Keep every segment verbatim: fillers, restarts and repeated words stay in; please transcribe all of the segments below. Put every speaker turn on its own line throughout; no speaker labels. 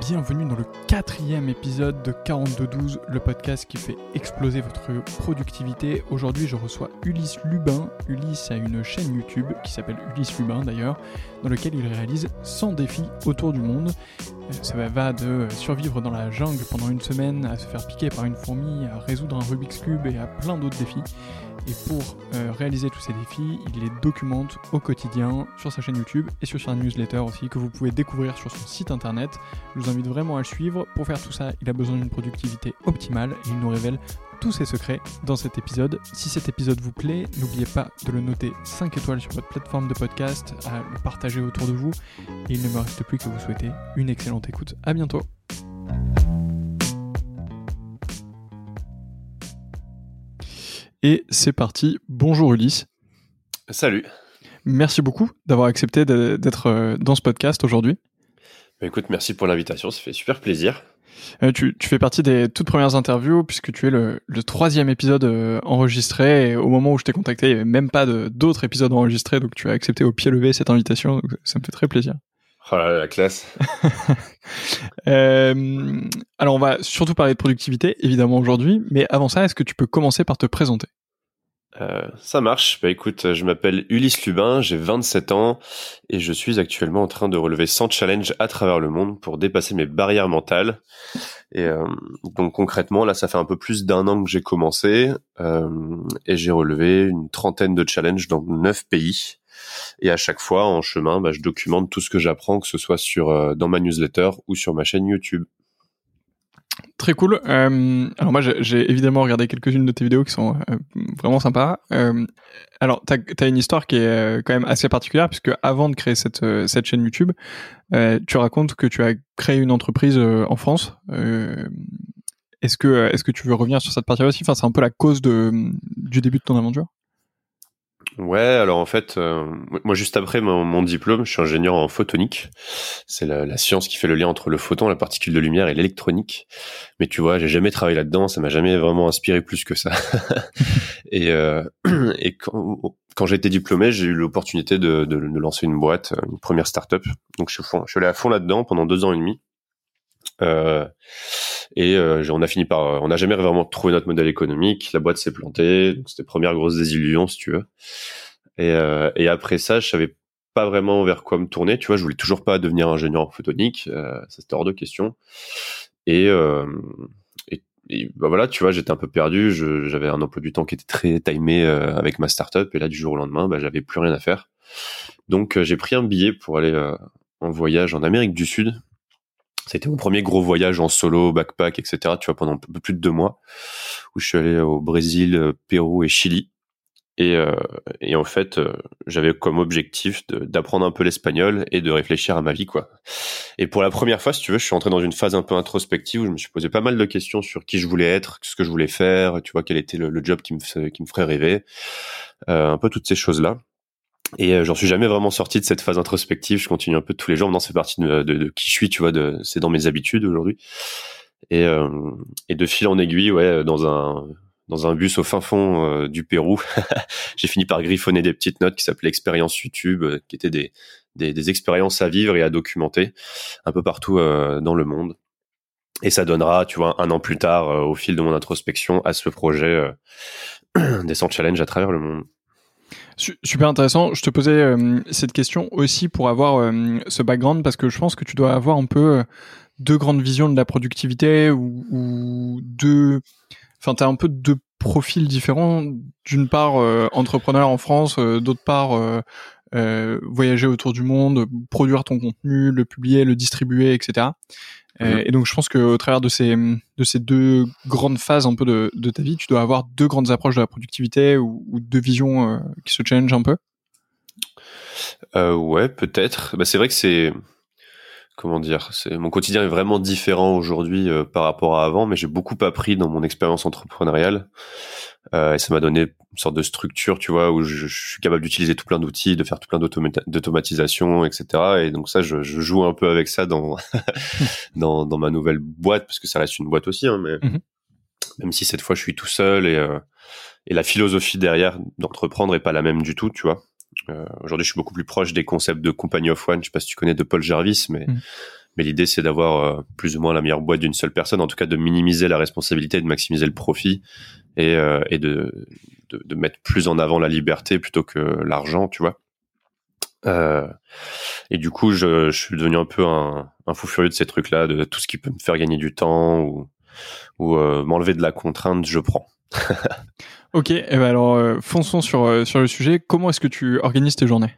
bienvenue dans le quatrième épisode de quarante-deux douze, le podcast qui fait exploser votre productivité. Aujourd'hui, je reçois Ulysse Lubin. Ulysse a une chaîne YouTube qui s'appelle Ulysse Lubin d'ailleurs, dans laquelle il réalise cent défis autour du monde. Ça va de survivre dans la jungle pendant une semaine, à se faire piquer par une fourmi, à résoudre un Rubik's Cube et à plein d'autres défis. Et pour euh, réaliser tous ces défis, il les documente au quotidien sur sa chaîne YouTube et sur sa newsletter aussi, que vous pouvez découvrir sur son site internet. Je vous invite vraiment à le suivre. Pour faire tout ça, il a besoin d'une productivité optimale et il nous révèle tous ses secrets dans cet épisode. Si cet épisode vous plaît, n'oubliez pas de le noter cinq étoiles sur votre plateforme de podcast, à le partager autour de vous. Et il ne me reste plus que vous souhaiter une excellente écoute. À bientôt. Et c'est parti. Bonjour Ulysse.
Salut.
Merci beaucoup d'avoir accepté d'être dans ce podcast aujourd'hui.
Bah écoute, merci pour l'invitation, ça fait super plaisir.
Euh, tu, tu fais partie des toutes premières interviews puisque tu es le, le troisième épisode euh, enregistré et au moment où je t'ai contacté, il n'y avait même pas de, d'autres épisodes enregistrés, donc tu as accepté au pied levé cette invitation, donc ça me fait très plaisir.
Oh là là, la classe.
euh, alors on va surtout parler de productivité évidemment aujourd'hui, mais avant ça, est-ce que tu peux commencer par te présenter ?
Euh, ça marche. Bah écoute, je m'appelle Ulysse Lubin, j'ai vingt-sept ans et je suis actuellement en train de relever cent challenges à travers le monde pour dépasser mes barrières mentales. Et euh, donc concrètement, là, ça fait un peu plus d'un an que j'ai commencé euh, et j'ai relevé une trentaine de challenges dans neuf pays. Et à chaque fois, en chemin, bah, je documente tout ce que j'apprends, que ce soit sur euh, dans ma newsletter ou sur ma chaîne YouTube.
Très cool. Euh, alors moi, j'ai, j'ai évidemment regardé quelques-unes de tes vidéos qui sont euh, vraiment sympas. Euh, alors, t'as, t'as une histoire qui est euh, quand même assez particulière, puisque avant de créer cette, euh, cette chaîne YouTube, euh, tu racontes que tu as créé une entreprise euh, en France. Euh, est-ce que, est-ce que tu veux revenir sur cette partie-là aussi ? Enfin, c'est un peu la cause de, du début de ton aventure.
Ouais, alors en fait, euh, moi juste après mon, mon diplôme, je suis ingénieur en photonique. C'est la, la science qui fait le lien entre le photon, la particule de lumière et l'électronique. Mais tu vois, j'ai jamais travaillé là-dedans, ça m'a jamais vraiment inspiré plus que ça. et euh, et quand, quand j'ai été diplômé, j'ai eu l'opportunité de, de, de lancer une boîte, une première start-up. Donc je, je suis allé à fond là-dedans pendant deux ans et demi. Euh, et euh, on a fini par, on n'a jamais vraiment trouvé notre modèle économique. La boîte s'est plantée, donc c'était première grosse désillusion si tu veux. Et, euh, et après ça, je savais pas vraiment vers quoi me tourner. Tu vois, je voulais toujours pas devenir ingénieur en photonique, euh, ça c'était hors de question. Et, euh, et, et bah voilà, tu vois, j'étais un peu perdu. Je, j'avais un emploi du temps qui était très timé euh, avec ma startup, et là du jour au lendemain, bah j'avais plus rien à faire. Donc euh, j'ai pris un billet pour aller euh, en voyage en Amérique du Sud. C'était mon premier gros voyage en solo, backpack, et cetera. Tu vois, pendant un peu plus de deux mois, où je suis allé au Brésil, Pérou et Chili. Et, euh, et en fait, euh, j'avais comme objectif de, d'apprendre un peu l'espagnol et de réfléchir à ma vie, quoi. Et pour la première fois, si tu veux, je suis entré dans une phase un peu introspective où je me suis posé pas mal de questions sur qui je voulais être, ce que je voulais faire, tu vois, quel était le, le job qui me, qui me ferait rêver, euh, un peu toutes ces choses-là. Et euh, j'en suis jamais vraiment sorti de cette phase introspective. Je continue un peu tous les jours. Maintenant, c'est partie de, de, de qui je suis, tu vois. De, c'est dans mes habitudes aujourd'hui. Et, euh, et de fil en aiguille, ouais, dans un dans un bus au fin fond euh, du Pérou, j'ai fini par griffonner des petites notes qui s'appelaient expériences YouTube, euh, qui étaient des, des des expériences à vivre et à documenter un peu partout euh, dans le monde. Et ça donnera, tu vois, un an plus tard, euh, au fil de mon introspection, à ce projet euh, des cent challenges à travers le monde.
Super intéressant. Je te posais euh, cette question aussi pour avoir euh, ce background parce que je pense que tu dois avoir un peu euh, deux grandes visions de la productivité ou, ou deux... Enfin, t'as un peu deux profils différents. D'une part, euh, entrepreneur en France, euh, d'autre part, euh, euh, voyager autour du monde, produire ton contenu, le publier, le distribuer, et cetera. Euh, et donc, je pense qu'au travers de ces de ces deux grandes phases un peu de, de ta vie, tu dois avoir deux grandes approches de la productivité ou, ou deux visions euh, qui se challengent un peu.
Euh, ouais, peut-être. Bah, c'est vrai que c'est comment dire, c'est mon quotidien est vraiment différent aujourd'hui euh, par rapport à avant, mais j'ai beaucoup appris dans mon expérience entrepreneuriale. Euh, et ça m'a donné une sorte de structure, tu vois, où je, je suis capable d'utiliser tout plein d'outils, de faire tout plein d'automata- d'automatisation, et cetera. Et donc ça, je, je joue un peu avec ça dans dans, dans ma nouvelle boîte, parce que ça reste une boîte aussi, hein, mais mm-hmm. même si cette fois je suis tout seul et euh, et la philosophie derrière d'entreprendre est pas la même du tout, tu vois. Euh, aujourd'hui, je suis beaucoup plus proche des concepts de Company of One. Je sais pas si tu connais de Paul Jarvis, mais mm. mais l'idée c'est d'avoir euh, plus ou moins la meilleure boîte d'une seule personne, en tout cas de minimiser la responsabilité, de maximiser le profit et, euh, et de, de, de mettre plus en avant la liberté plutôt que l'argent, tu vois. Euh, et du coup, je, je suis devenu un peu un, un fou furieux de ces trucs-là, de tout ce qui peut me faire gagner du temps ou, ou euh, m'enlever de la contrainte, je prends.
Ok, et ben alors euh, fonçons sur, euh, sur le sujet. Comment est-ce que tu organises tes journées ?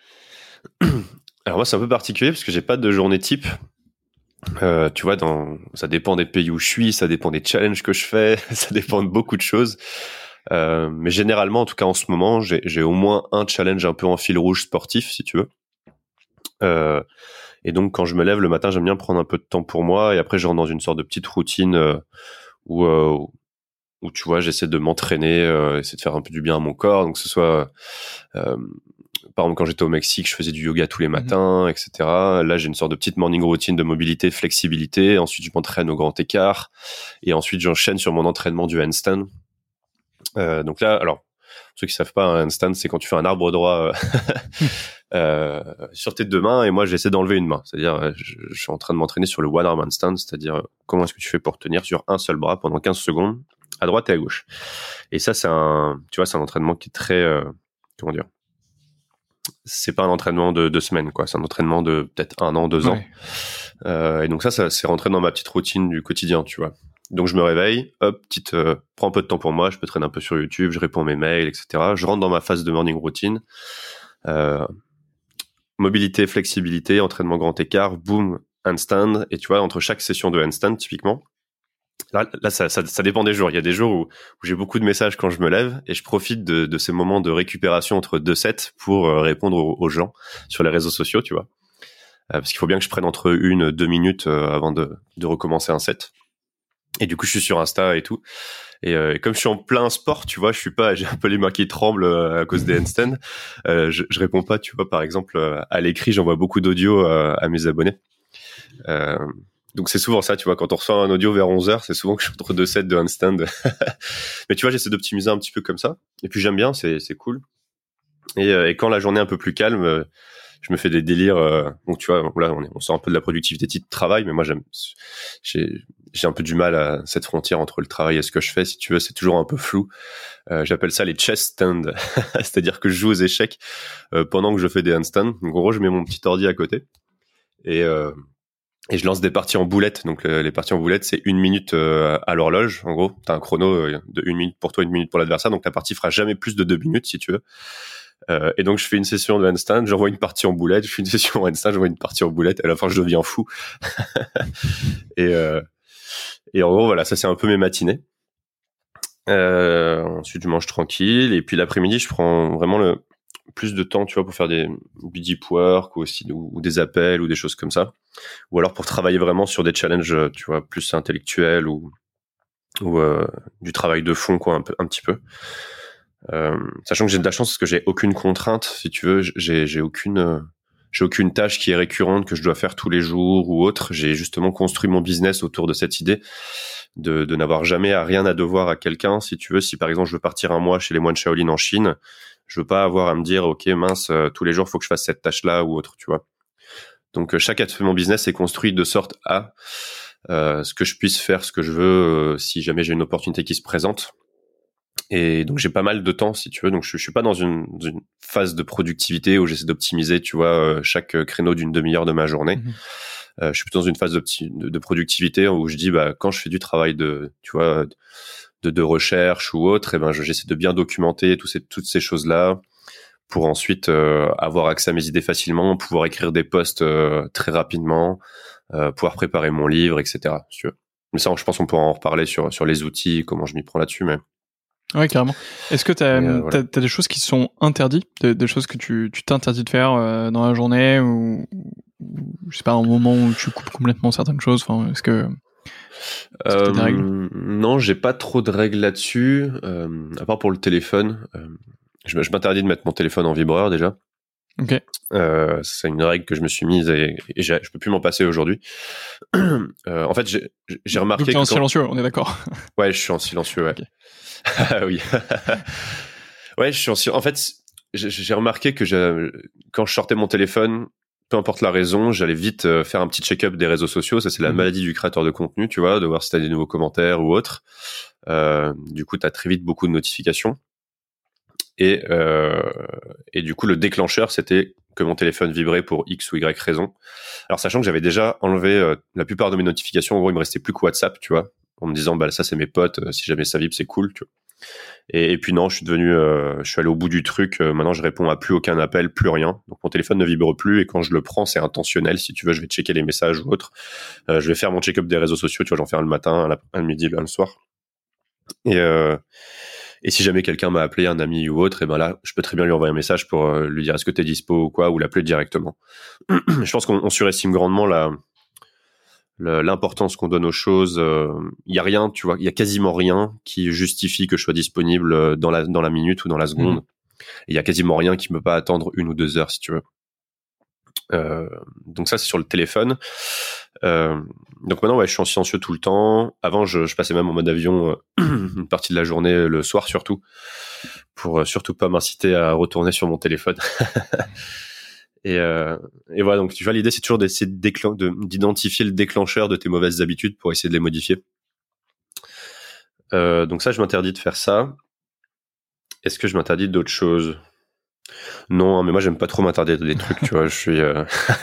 Alors moi, c'est un peu particulier parce que j'ai pas de journée type. Euh, tu vois, dans, ça dépend des pays où je suis, ça dépend des challenges que je fais, ça dépend de beaucoup de choses. Euh, mais généralement, en tout cas en ce moment, j'ai, j'ai au moins un challenge un peu en fil rouge sportif, si tu veux. Euh, et donc, quand je me lève le matin, j'aime bien prendre un peu de temps pour moi. Et après, je rentre dans une sorte de petite routine euh, où, euh, où, tu vois, j'essaie de m'entraîner, euh, essayer de faire un peu du bien à mon corps. Donc, que ce soit... Euh, par exemple, quand j'étais au Mexique, je faisais du yoga tous les matins, mmh. et cetera. Là, j'ai une sorte de petite morning routine de mobilité, flexibilité. Ensuite, je m'entraîne au grand écart. Et ensuite, j'enchaîne sur mon entraînement du handstand. Euh, donc là, alors, pour ceux qui savent pas, un handstand, c'est quand tu fais un arbre droit euh, sur tes deux mains. Et moi, j'essaie d'enlever une main. C'est-à-dire, je, je suis en train de m'entraîner sur le one arm handstand. C'est-à-dire, comment est-ce que tu fais pour tenir sur un seul bras pendant quinze secondes, à droite et à gauche. Et ça, c'est un, tu vois, c'est un entraînement qui est très, euh, comment dire, c'est pas un entraînement de deux semaines, quoi. C'est un entraînement de peut-être un an, deux ans. Ouais. Euh, et donc ça, ça c'est rentré dans ma petite routine du quotidien, tu vois. Donc je me réveille, hop, petite, euh, prends un peu de temps pour moi, je peux traîner un peu sur YouTube, je réponds à mes mails, et cetera. Je rentre dans ma phase de morning routine. Euh, mobilité, flexibilité, entraînement grand écart, boom, handstand. Et tu vois, entre chaque session de handstand, typiquement, Là, là ça, ça, ça dépend des jours. Il y a des jours où, où j'ai beaucoup de messages quand je me lève et je profite de, de ces moments de récupération entre deux sets pour euh, répondre aux, aux gens sur les réseaux sociaux, tu vois. Euh, parce qu'il faut bien que je prenne entre une, deux minutes euh, avant de, de recommencer un set. Et du coup, je suis sur Insta et tout. Et, euh, et comme je suis en plein sport, tu vois, je suis pas, j'ai un peu les mains qui tremblent euh, à cause des handstands. Euh, je, je réponds pas, tu vois, par exemple, euh, à l'écrit, j'envoie beaucoup d'audio euh, à mes abonnés. Euh, Donc c'est souvent ça, tu vois, quand on reçoit un audio vers onze heures, c'est souvent que je suis entre deux sets de handstand. Mais tu vois, j'essaie d'optimiser un petit peu comme ça. Et puis j'aime bien, c'est c'est cool. Et, euh, et quand la journée est un peu plus calme, euh, je me fais des délires. Euh, donc tu vois, là on, est, on sort un peu de la productivité de travail, mais moi j'aime, j'ai j'ai un peu du mal à cette frontière entre le travail et ce que je fais. Si tu veux, c'est toujours un peu flou. Euh, j'appelle ça les chess stands, c'est-à-dire que je joue aux échecs euh, pendant que je fais des handstands. Donc en gros, je mets mon petit ordi à côté et euh, Et je lance des parties en boulettes. Donc, euh, les parties en boulettes, c'est une minute euh, à l'horloge. En gros, t'as un chrono euh, de une minute pour toi, une minute pour l'adversaire. Donc, la partie fera jamais plus de deux minutes, si tu veux. Euh, et donc, je fais une session de handstand, j'envoie une partie en boulette. Je fais une session en handstand, j'envoie une partie en boulette. Et à la fin, je deviens fou. et, euh, et en gros, voilà, ça, c'est un peu mes matinées. Euh, ensuite, je mange tranquille. Et puis, l'après-midi, je prends vraiment le plus de temps, tu vois, pour faire des deep work ou aussi ou, ou des appels ou des choses comme ça, ou alors pour travailler vraiment sur des challenges, tu vois, plus intellectuels ou ou euh, du travail de fond, quoi, un peu, un petit peu. Euh, sachant que j'ai de la chance parce que j'ai aucune contrainte, si tu veux, j'ai j'ai aucune euh, j'ai aucune tâche qui est récurrente que je dois faire tous les jours ou autre. J'ai justement construit mon business autour de cette idée de de n'avoir jamais à rien à devoir à quelqu'un, si tu veux. Si par exemple je veux partir un mois chez les moines Shaolin en Chine, je veux pas avoir à me dire, ok, mince, euh, tous les jours, faut que je fasse cette tâche-là ou autre, tu vois. Donc, euh, chaque aspect de mon business est construit de sorte à euh, ce que je puisse faire, ce que je veux, euh, si jamais j'ai une opportunité qui se présente. Et donc, j'ai pas mal de temps, si tu veux. Donc, je, je suis pas dans une, dans une phase de productivité où j'essaie d'optimiser, tu vois, euh, chaque créneau d'une demi-heure de ma journée. Mmh. Euh, je suis plutôt dans une phase de, de, de productivité où je dis, bah, quand je fais du travail de, tu vois, de, de recherche ou autre, et ben, je, j'essaie de bien documenter tous ces, toutes ces choses-là pour ensuite euh, avoir accès à mes idées facilement, pouvoir écrire des posts euh, très rapidement, euh, pouvoir préparer mon livre, et cetera. Si tu veux. Mais ça, je pense qu'on pourra en reparler sur sur les outils, comment je m'y prends là-dessus, mais...
Ouais, carrément. Est-ce que t'as, euh, voilà. t'as, t'as des choses qui sont interdites, des, des choses que tu, tu t'interdis de faire euh, dans la journée ou, ou je sais pas, un moment où tu coupes complètement certaines choses. Enfin, est-ce que, est-ce que t'as des règles ?
Non, j'ai pas trop de règles là-dessus, euh, à part pour le téléphone. Euh, je, je m'interdis de mettre mon téléphone en vibreur déjà.
Ok.
Euh, c'est une règle que je me suis mise et, et je peux plus m'en passer aujourd'hui. euh, en fait, j'ai, j'ai remarqué.
Donc t'es
que
en
quand...
silencieux, on est d'accord.
Ouais, je suis en silencieux, ouais.
Okay.
oui. ouais, je suis en silencieux. En fait, j'ai, j'ai remarqué que j'ai... quand je sortais mon téléphone, peu importe la raison, j'allais vite euh, faire un petit check-up des réseaux sociaux. Ça, c'est la mmh. maladie du créateur de contenu, tu vois, de voir si t'as des nouveaux commentaires ou autres. Euh, du coup, t'as très vite beaucoup de notifications. Et, euh, et du coup, le déclencheur, c'était que mon téléphone vibrait pour X ou Y raison. Alors, sachant que j'avais déjà enlevé euh, la plupart de mes notifications, en gros, il me restait plus que WhatsApp, tu vois, en me disant, bah ça, c'est mes potes, euh, si jamais ça vibre, c'est cool, tu vois. Et, et puis non, je suis devenu, euh, je suis allé au bout du truc. Euh, maintenant, je réponds à plus aucun appel, plus rien. Donc, mon téléphone ne vibre plus. Et quand je le prends, c'est intentionnel. Si tu veux, je vais checker les messages ou autre. Euh, je vais faire mon check-up des réseaux sociaux. Tu vois, j'en fais un le matin, un le midi, un le soir. Et euh, et si jamais quelqu'un m'a appelé, un ami ou autre, et ben là, je peux très bien lui envoyer un message pour euh, lui dire est-ce que t'es dispo ou quoi, ou l'appeler directement. Je pense qu'on on surestime grandement la l'importance qu'on donne aux choses. Il euh, y a rien, tu vois, il y a quasiment rien qui justifie que je sois disponible dans la dans la minute ou dans la seconde. Mmh. Il y a quasiment rien qui me peut pas attendre une ou deux heures, si tu veux. Euh, donc ça, c'est sur le téléphone. Euh, donc maintenant, ouais, je suis en silencieux tout le temps. Avant, je, je passais même en mode avion euh, une partie de la journée, le soir surtout, pour euh, surtout pas m'inciter à retourner sur mon téléphone. Et, euh, et voilà, donc tu vois, l'idée c'est toujours d'essayer de déclen- de, d'identifier le déclencheur de tes mauvaises habitudes pour essayer de les modifier. Euh, donc ça, je m'interdis de faire ça. Est-ce que je m'interdis d'autres choses ? Non, mais moi j'aime pas trop m'interdire des trucs, tu vois. Je suis, euh...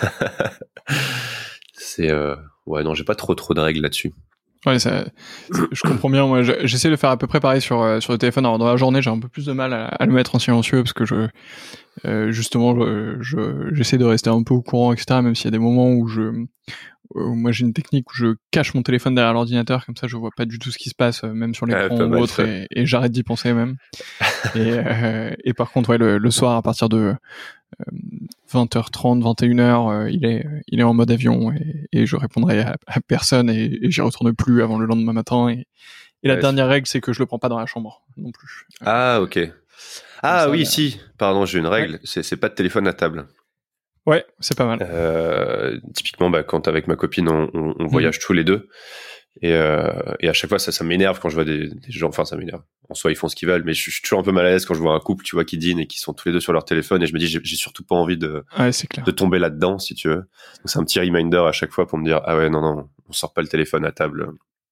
c'est, euh... ouais, non, j'ai pas trop trop de règles là-dessus.
Ouais, ça, je comprends bien. Moi, j'essaie de faire à peu près pareil sur euh, sur le téléphone. Alors dans la journée, j'ai un peu plus de mal à, à le mettre en silencieux parce que je euh, justement, je, je j'essaie de rester un peu au courant, et cetera. Même s'il y a des moments où je où moi j'ai une technique où je cache mon téléphone derrière l'ordinateur, comme ça, je vois pas du tout ce qui se passe, même sur l'écran ah, ou autre, et, et j'arrête d'y penser même. et euh, et par contre, ouais, le, le soir à partir de vingt heures trente, vingt et une heures, euh, il est il est en mode avion et, et je répondrai à, à personne et, et j'y retourne plus avant le lendemain matin. Et, et la ouais, dernière c'est... règle, c'est que je le prends pas dans la chambre non plus.
Ah ok. Ah ça, oui, là... si. Pardon, j'ai une règle. Ouais. C'est c'est pas de téléphone à table.
Ouais, c'est pas mal.
Euh, typiquement, bah, quand avec ma copine, on, on, on voyage mmh. tous les deux. Et, euh, et à chaque fois, ça, ça m'énerve quand je vois des, des gens. Enfin, ça m'énerve. En soi, ils font ce qu'ils veulent, mais je, je suis toujours un peu mal à l'aise quand je vois un couple, tu vois, qui dînent et qui sont tous les deux sur leur téléphone. Et je me dis, j'ai, j'ai surtout pas envie de,
ouais, c'est clair.
de tomber là-dedans, si tu veux. Donc, c'est un petit reminder à chaque fois pour me dire, ah ouais, non, non, on sort pas le téléphone à table.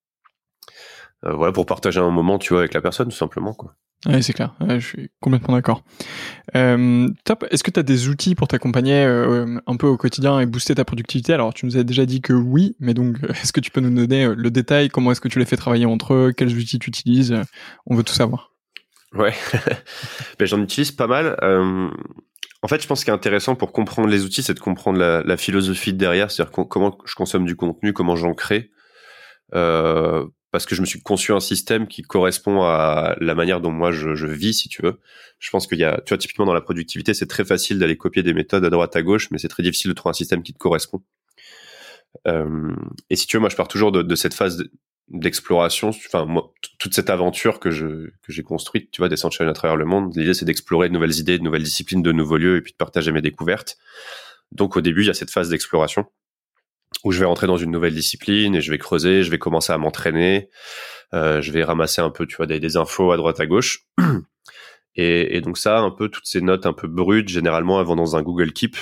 Euh, voilà, pour partager un moment, tu vois, avec la personne, tout simplement, quoi.
Ouais, c'est clair. Ouais, je suis complètement d'accord. Euh, top. Est-ce que tu as des outils pour t'accompagner euh, un peu au quotidien et booster ta productivité ? Alors, tu nous as déjà dit que oui, mais donc, est-ce que tu peux nous donner le détail ? Comment est-ce que tu les fais travailler entre eux ? Quels outils tu utilises ? On veut tout savoir.
Ouais. Ben, j'en utilise pas mal. Euh, en fait, je pense qu'il est intéressant pour comprendre les outils, c'est de comprendre la, la philosophie derrière, c'est-à-dire co- comment je consomme du contenu, comment j'en crée. Euh, parce que je me suis conçu un système qui correspond à la manière dont moi je, je vis, si tu veux. Je pense qu'il y a, tu vois, typiquement dans la productivité, c'est très facile d'aller copier des méthodes à droite à gauche, mais c'est très difficile de trouver un système qui te correspond. Euh, et si tu veux, moi je pars toujours de, de cette phase d'exploration. Enfin, moi, t- toute cette aventure que je que j'ai construite, tu vois, des Sunshine à travers le monde. L'idée, c'est d'explorer de nouvelles idées, de nouvelles disciplines, de nouveaux lieux, et puis de partager mes découvertes. Donc, au début, il y a cette phase d'exploration où je vais rentrer dans une nouvelle discipline et je vais creuser, je vais commencer à m'entraîner, euh, je vais ramasser un peu, tu vois, des, des infos à droite à gauche. Et, et donc ça, un peu toutes ces notes un peu brutes, généralement, elles vont dans un Google Keep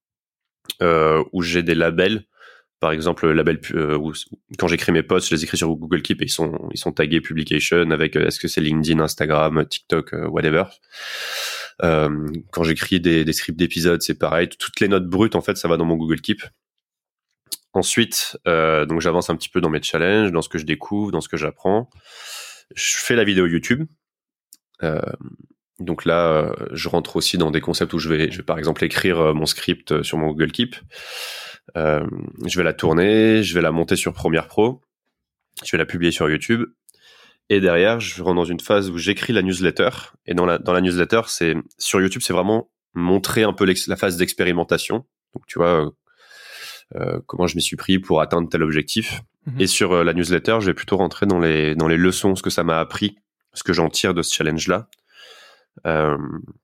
euh, où j'ai des labels. Par exemple, le label euh, où, quand j'écris mes posts, je les écris sur Google Keep et ils sont ils sont tagués publication avec euh, est-ce que c'est LinkedIn, Instagram, TikTok, euh, whatever. Euh, quand j'écris des, des scripts d'épisodes, c'est pareil. Toutes les notes brutes, en fait, ça va dans mon Google Keep. Ensuite, euh, donc j'avance un petit peu dans mes challenges, dans ce que je découvre, dans ce que j'apprends. Je fais la vidéo YouTube. Euh, donc là, euh, je rentre aussi dans des concepts où je vais, je vais par exemple écrire euh, mon script sur mon Google Keep. Euh, je vais la tourner, je vais la monter sur Premiere Pro, je vais la publier sur YouTube. Et derrière, je rentre dans une phase où j'écris la newsletter. Et dans la dans la newsletter, c'est sur YouTube, c'est vraiment montrer un peu la phase d'expérimentation. Donc tu vois. Euh, Euh, comment je m'y suis pris pour atteindre tel objectif. Mmh. Et sur euh, la newsletter, je vais plutôt rentrer dans les dans les leçons, ce que ça m'a appris, ce que j'en tire de ce challenge-là, euh,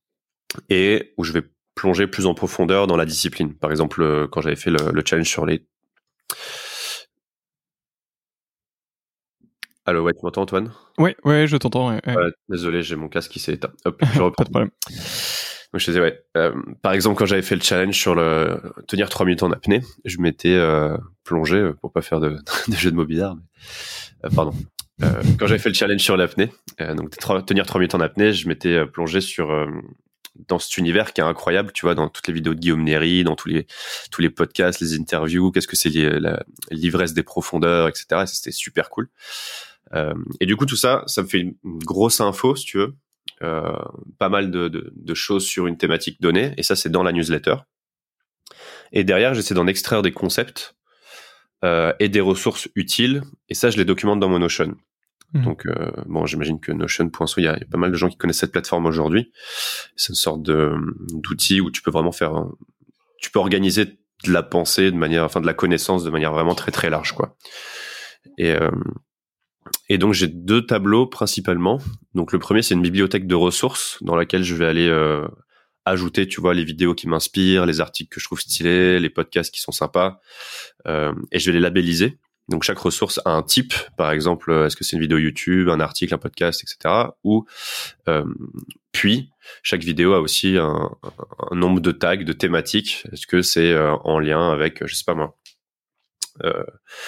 et où je vais plonger plus en profondeur dans la discipline. Par exemple, euh, quand j'avais fait le, le challenge sur les... Allô, ouais, tu m'entends, Antoine ?
Oui, ouais, je t'entends. Ouais, ouais.
Euh, désolé, j'ai mon casque qui s'est éteint. Hop, je reprends.
Pas de problème.
Donc je faisais ouais. Euh, par exemple, quand j'avais fait le challenge sur le tenir trois minutes en apnée, je m'étais euh, plongé pour pas faire de, de jeu de mots bizarres. Mais, euh, pardon. Euh, quand j'avais fait le challenge sur l'apnée, euh, donc tenir trois minutes en apnée, je m'étais euh, plongé sur euh, dans cet univers qui est incroyable, tu vois, dans toutes les vidéos de Guillaume Néry, dans tous les tous les podcasts, les interviews, qu'est-ce que c'est la l'ivresse des profondeurs, et cetera. Et ça, c'était super cool. Euh, et du coup, tout ça, ça me fait une grosse info, si tu veux, euh, pas mal de, de, de choses sur une thématique donnée. Et ça, c'est dans la newsletter. Et derrière, j'essaie d'en extraire des concepts euh, et des ressources utiles. Et ça, je les documente dans mon Notion. Mmh. Donc, euh, bon, j'imagine que Notion point so, il y, y a pas mal de gens qui connaissent cette plateforme aujourd'hui. C'est une sorte de d'outil où tu peux vraiment faire, tu peux organiser de la pensée de manière, enfin de la connaissance de manière vraiment très très large, quoi. Et euh, et donc j'ai deux tableaux principalement. Donc le premier, c'est une bibliothèque de ressources dans laquelle je vais aller euh, ajouter, tu vois, les vidéos qui m'inspirent, les articles que je trouve stylés, les podcasts qui sont sympas, euh, et je vais les labelliser. Donc chaque ressource a un type, par exemple, est-ce que c'est une vidéo YouTube, un article, un podcast, et cetera. Ou euh, puis chaque vidéo a aussi un, un nombre de tags, de thématiques. Est-ce que c'est euh, en lien avec, je sais pas moi, euh,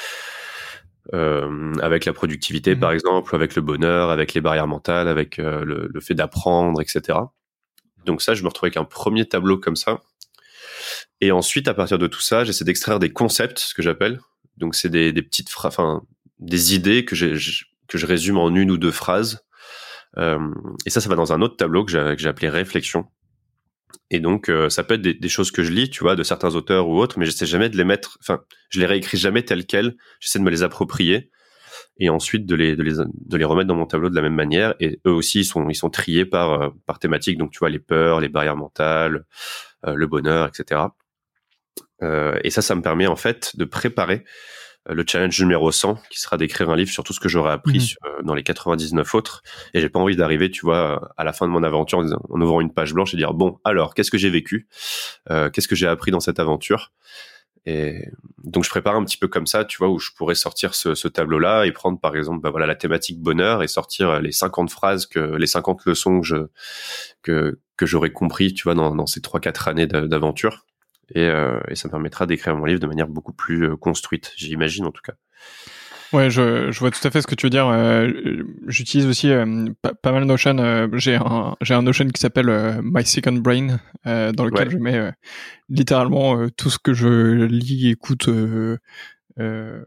euh, avec la productivité, mmh. par exemple, avec le bonheur, avec les barrières mentales, avec euh, le, le fait d'apprendre, et cetera. Donc ça, je me retrouve avec un premier tableau comme ça. Et ensuite, à partir de tout ça, j'essaie d'extraire des concepts, ce que j'appelle. Donc c'est des, des petites phrases, enfin des idées que j'ai que je résume en une ou deux phrases. Euh, et ça, ça va dans un autre tableau que j'ai, que j'ai appelé réflexion. Et donc euh, ça peut être des, des choses que je lis, tu vois, de certains auteurs ou autres, mais j'essaie jamais de les mettre. Enfin, je les réécris jamais telles quelles. J'essaie de me les approprier et ensuite de les de les de les remettre dans mon tableau de la même manière. Et eux aussi, ils sont ils sont triés par euh, par thématique. Donc tu vois, les peurs, les barrières mentales, euh, le bonheur, et cetera. Euh, et ça, ça me permet en fait de préparer euh, le challenge numéro cent, qui sera d'écrire un livre sur tout ce que j'aurais appris mmh. sur, euh, dans les quatre-vingt-dix-neuf autres. Et j'ai pas envie d'arriver, tu vois, à la fin de mon aventure en, disant, en ouvrant une page blanche et dire bon, alors, qu'est-ce que j'ai vécu, euh, qu'est-ce que j'ai appris dans cette aventure. Et donc je prépare un petit peu comme ça, tu vois, où je pourrais sortir ce, ce tableau-là et prendre par exemple, bah voilà, la thématique bonheur et sortir les cinquante phrases que, les cinquante leçons que je que que j'aurais compris, tu vois, dans, dans ces trois quatre années d'aventure. Et, euh, et ça me permettra d'écrire mon livre de manière beaucoup plus euh, construite, j'imagine en tout cas.
Ouais, je, je vois tout à fait ce que tu veux dire. Euh, j'utilise aussi euh, pas, pas mal Notion. Euh, j'ai un j'ai un Notion qui s'appelle euh, My Second Brain, euh, dans lequel ouais. je mets euh, littéralement euh, tout ce que je lis, écoute. Euh, euh,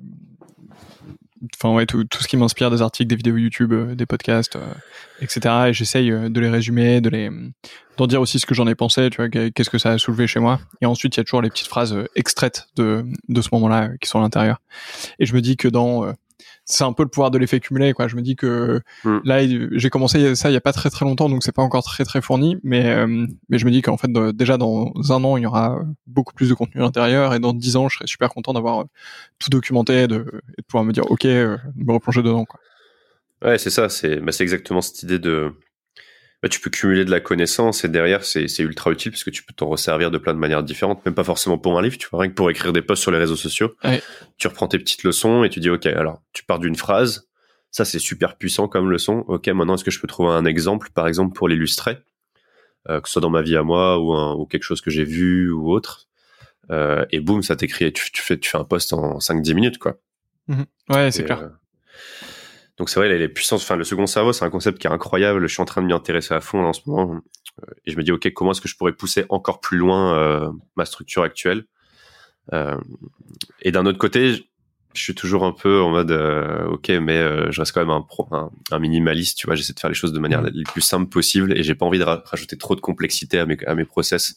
Enfin ouais, tout, tout ce qui m'inspire, des articles, des vidéos YouTube, euh, des podcasts, euh, et cetera. Et j'essaye euh, de les résumer, de les, d'en dire aussi ce que j'en ai pensé, tu vois, qu'est-ce que ça a soulevé chez moi. Et ensuite, il y a toujours les petites phrases euh, extraites de de ce moment-là euh, qui sont à l'intérieur. Et je me dis que dans, euh, c'est un peu le pouvoir de l'effet cumulé, quoi. Je me dis que mm. là, j'ai commencé ça il y a pas très très longtemps, donc c'est pas encore très très fourni, mais euh, mais je me dis qu'en fait, de, déjà dans un an, il y aura beaucoup plus de contenu à l'intérieur, et dans dix ans, je serais super content d'avoir euh, tout documenté, de, et de pouvoir me dire, ok, euh, me replonger dedans, quoi.
Ouais, c'est ça. C'est bah, c'est exactement cette idée de bah, tu peux cumuler de la connaissance et derrière c'est c'est ultra utile parce que tu peux t'en resservir de plein de manières différentes, même pas forcément pour un livre, tu vois, rien que pour écrire des posts sur les réseaux sociaux.
Ouais.
Tu reprends tes petites leçons et tu dis ok, alors tu pars d'une phrase, ça c'est super puissant comme leçon. Ok, maintenant est-ce que je peux trouver un exemple, par exemple pour l'illustrer, euh, que ce soit dans ma vie à moi ou un, ou quelque chose que j'ai vu ou autre, euh, et boum, ça t'écrit, tu tu fais tu fais un post en cinq dix minutes quoi.
Mmh. Ouais, c'est
et,
clair.
Euh, Donc c'est vrai, les, les puissances, enfin le second cerveau, c'est un concept qui est incroyable. Je suis en train de m'y intéresser à fond là, en ce moment, et je me dis ok, comment est-ce que je pourrais pousser encore plus loin euh, ma structure actuelle. Euh, et d'un autre côté, je suis toujours un peu en mode euh, ok, mais euh, je reste quand même un, pro, un, un minimaliste, tu vois. J'essaie de faire les choses de manière mmh. la plus simple possible, et j'ai pas envie de ra- rajouter trop de complexité à mes à mes process.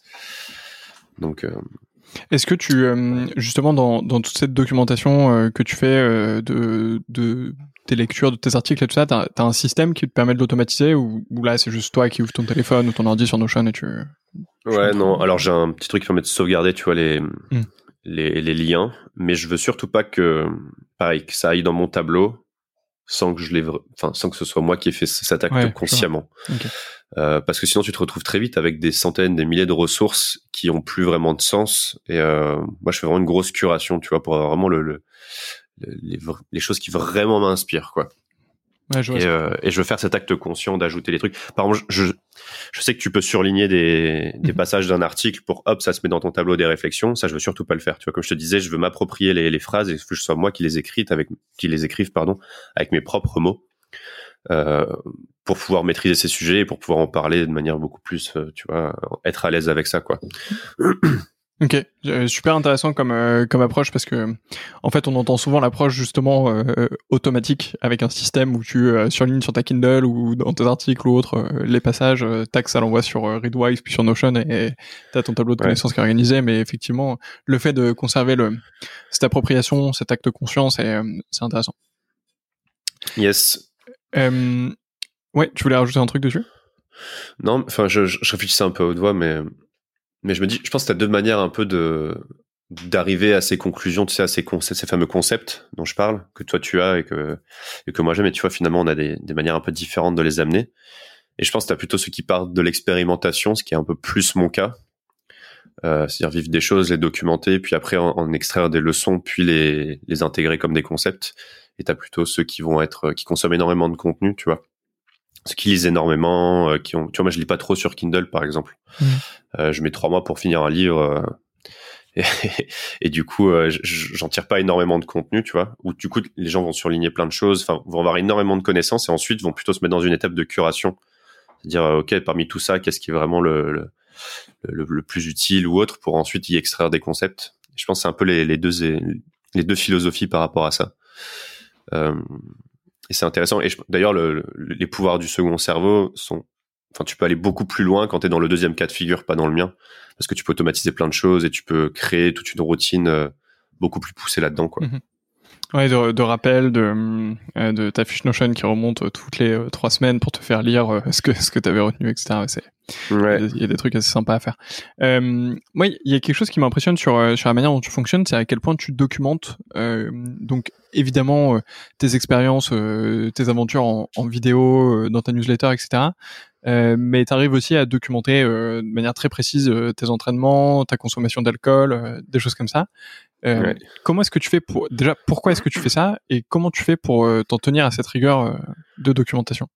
Donc euh,
est-ce que tu euh, justement dans dans toute cette documentation euh, que tu fais euh, de de tes lectures, de tes articles et tout ça, t'as, t'as un système qui te permet de l'automatiser, ou, ou là c'est juste toi qui ouvres ton téléphone ou ton ordi sur Notion et tu...
Ouais, non, alors j'ai un petit truc qui permet de sauvegarder, tu vois, les, mm. les, les liens, mais je veux surtout pas que, pareil, que ça aille dans mon tableau sans que je l'ai, enfin, sans que ce soit moi qui ai fait cet acte ouais, consciemment. Okay. Euh, parce que sinon tu te retrouves très vite avec des centaines, des milliers de ressources qui ont plus vraiment de sens, et euh, moi je fais vraiment une grosse curation, tu vois, pour avoir vraiment le, le Les, les choses qui vraiment m'inspirent, quoi.
Ouais, je vois
et, euh, et je veux faire cet acte conscient d'ajouter les trucs. Par exemple, je Je sais que tu peux surligner des, des
Mhm.
passages d'un article pour, hop, ça se met dans ton tableau des réflexions. Ça, je veux surtout pas le faire. Tu vois, comme je te disais, je veux m'approprier les, les phrases et que ce soit moi qui les écrive avec, qui les écrive, pardon, avec mes propres mots, euh, pour pouvoir maîtriser ces sujets et pour pouvoir en parler de manière beaucoup plus, euh, tu vois, être à l'aise avec ça, quoi.
Ok, euh, super intéressant comme euh, comme approche parce que en fait on entend souvent l'approche justement euh, automatique avec un système où tu euh, surlignes sur ta Kindle ou dans tes articles ou autres euh, les passages, euh, tac ça l'envoie sur euh, Readwise puis sur Notion et t'as ton tableau de
Ouais.
connaissances qui est organisé. Mais effectivement le fait de conserver le cette appropriation, cet acte de conscience, c'est euh, c'est intéressant.
Yes.
Euh, ouais, tu voulais rajouter un truc dessus?
Non, enfin, je, je réfléchissais un peu à haute voix, mais mais je me dis, je pense que t'as deux manières un peu de d'arriver à ces conclusions, tu sais, à ces concepts, ces fameux concepts dont je parle, que toi tu as et que et que moi j'aime. Et tu vois, finalement, on a des des manières un peu différentes de les amener. Et je pense que t'as plutôt ceux qui partent de l'expérimentation, ce qui est un peu plus mon cas. Euh, c'est-à-dire vivre des choses, les documenter, puis après en, en extraire des leçons, puis les les intégrer comme des concepts. Et t'as plutôt ceux qui vont être qui consomment énormément de contenu, tu vois. Ceux qui lisent énormément, euh, qui ont, tu vois, moi je lis pas trop sur Kindle par exemple.
Mmh.
Euh, je mets trois mois pour finir un livre euh, et, et du coup euh, j'en tire pas énormément de contenu, tu vois. Ou du coup les gens vont surligner plein de choses, enfin vont avoir énormément de connaissances et ensuite vont plutôt se mettre dans une étape de curation, c'est-à-dire euh, ok parmi tout ça qu'est-ce qui est vraiment le le, le le plus utile ou autre pour ensuite y extraire des concepts. Je pense que c'est un peu les, les deux les deux philosophies par rapport à ça. Euh, Et c'est intéressant. Et je, d'ailleurs, le, le, les pouvoirs du second cerveau sont, enfin, tu peux aller beaucoup plus loin quand t'es dans le deuxième cas de figure, pas dans le mien, parce que tu peux automatiser plein de choses et tu peux créer toute une routine euh, beaucoup plus poussée là-dedans, quoi.
Mmh. Ouais, de, de rappel, de, euh, de ta fiche Notion qui remonte euh, toutes les euh, trois semaines pour te faire lire euh, ce que ce que t'avais retenu, et cetera. Ouais, c'est,
Ouais.
il y a des trucs assez sympas à faire. Euh, moi, il y a quelque chose qui m'impressionne sur euh, sur la manière dont tu fonctionnes, c'est à quel point tu documentes. Euh, donc, évidemment, euh, tes expériences, euh, tes aventures en, en vidéo, euh, dans ta newsletter, et cetera. Euh, mais tu arrives aussi à documenter euh, de manière très précise euh, tes entraînements, ta consommation d'alcool, euh, des choses comme ça. Euh,
Ouais.
Comment est-ce que tu fais pour déjà pourquoi est-ce que tu fais ça et comment tu fais pour euh, t'en tenir à cette rigueur euh, de documentation?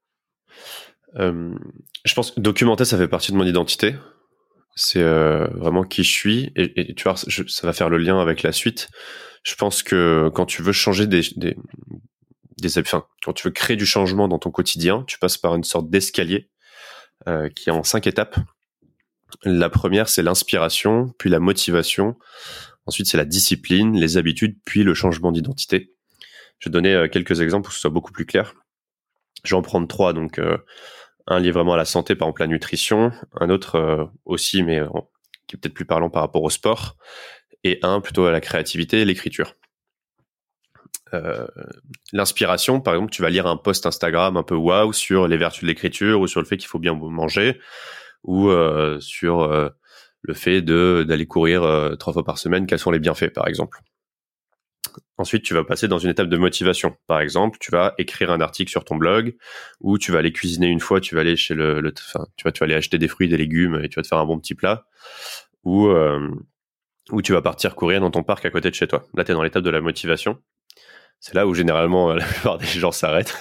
Euh, je pense que documenter, ça fait partie de mon identité. C'est euh, vraiment qui je suis. Et, et tu vois, je, ça va faire le lien avec la suite. Je pense que quand tu veux changer des, des, des, enfin, quand tu veux créer du changement dans ton quotidien, tu passes par une sorte d'escalier euh, qui est en cinq étapes. La première, c'est l'inspiration, puis la motivation. Ensuite, c'est la discipline, les habitudes, puis le changement d'identité. Je vais donner euh, quelques exemples pour que ce soit beaucoup plus clair. Je vais en prendre trois. Donc, euh, un lié vraiment à la santé, par exemple la nutrition. Un autre euh, aussi, mais euh, qui est peut-être plus parlant par rapport au sport. Et un plutôt à la créativité et l'écriture. Euh, l'inspiration, par exemple, tu vas lire un post Instagram un peu waouh sur les vertus de l'écriture ou sur le fait qu'il faut bien manger ou euh, sur euh, le fait de d'aller courir euh, trois fois par semaine, quels sont les bienfaits, par exemple. Ensuite, tu vas passer dans une étape de motivation. Par exemple, tu vas écrire un article sur ton blog ou tu vas aller cuisiner une fois, tu vas aller chez le, le enfin, tu vas, tu vas aller acheter des fruits, des légumes et tu vas te faire un bon petit plat ou euh, ou tu vas partir courir dans ton parc à côté de chez toi. Là, tu es dans l'étape de la motivation. C'est là où généralement la plupart des gens s'arrêtent.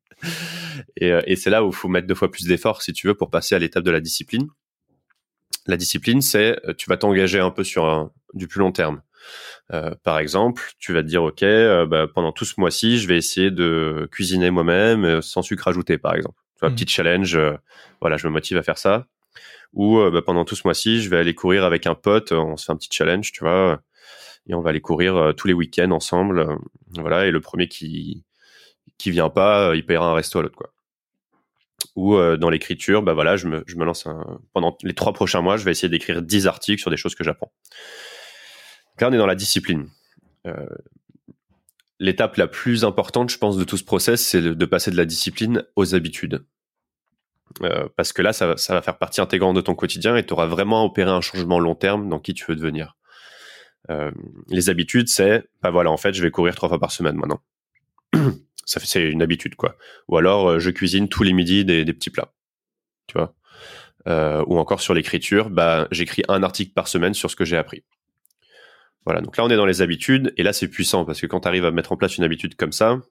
et, et c'est là où il faut mettre deux fois plus d'efforts si tu veux pour passer à l'étape de la discipline. La discipline, c'est tu vas t'engager un peu sur un, du plus long terme. Euh, par exemple, tu vas te dire ok, euh, bah, pendant tout ce mois-ci, je vais essayer de cuisiner moi-même euh, sans sucre ajouté, par exemple. Tu vois, mmh. Petit challenge. Euh, voilà, je me motive à faire ça. Ou euh, bah, pendant tout ce mois-ci, je vais aller courir avec un pote. On se fait un petit challenge, tu vois. Et on va aller courir euh, tous les week-ends ensemble, euh, voilà. Et le premier qui qui vient pas, euh, il paiera un resto à l'autre, quoi. Ou euh, dans l'écriture, bah voilà, je me je me lance un... pendant les trois prochains mois, je vais essayer d'écrire dix articles sur des choses que j'apprends. Donc là, on est dans la discipline. Euh, l'étape la plus importante, je pense, de tout ce process, c'est de passer de la discipline aux habitudes. Euh, parce que là, ça va, ça va faire partie intégrante de ton quotidien et tu auras vraiment opéré un changement long terme dans qui tu veux devenir. Euh, les habitudes, c'est, bah voilà, en fait, je vais courir trois fois par semaine maintenant. Ça fait, c'est une habitude, quoi. Ou alors, euh, je cuisine tous les midis des, des petits plats, tu vois. Euh, ou encore sur l'écriture, bah, j'écris un article par semaine sur ce que j'ai appris. Voilà. Donc là, on est dans les habitudes et là, c'est puissant parce que quand tu arrives à mettre en place une habitude comme ça,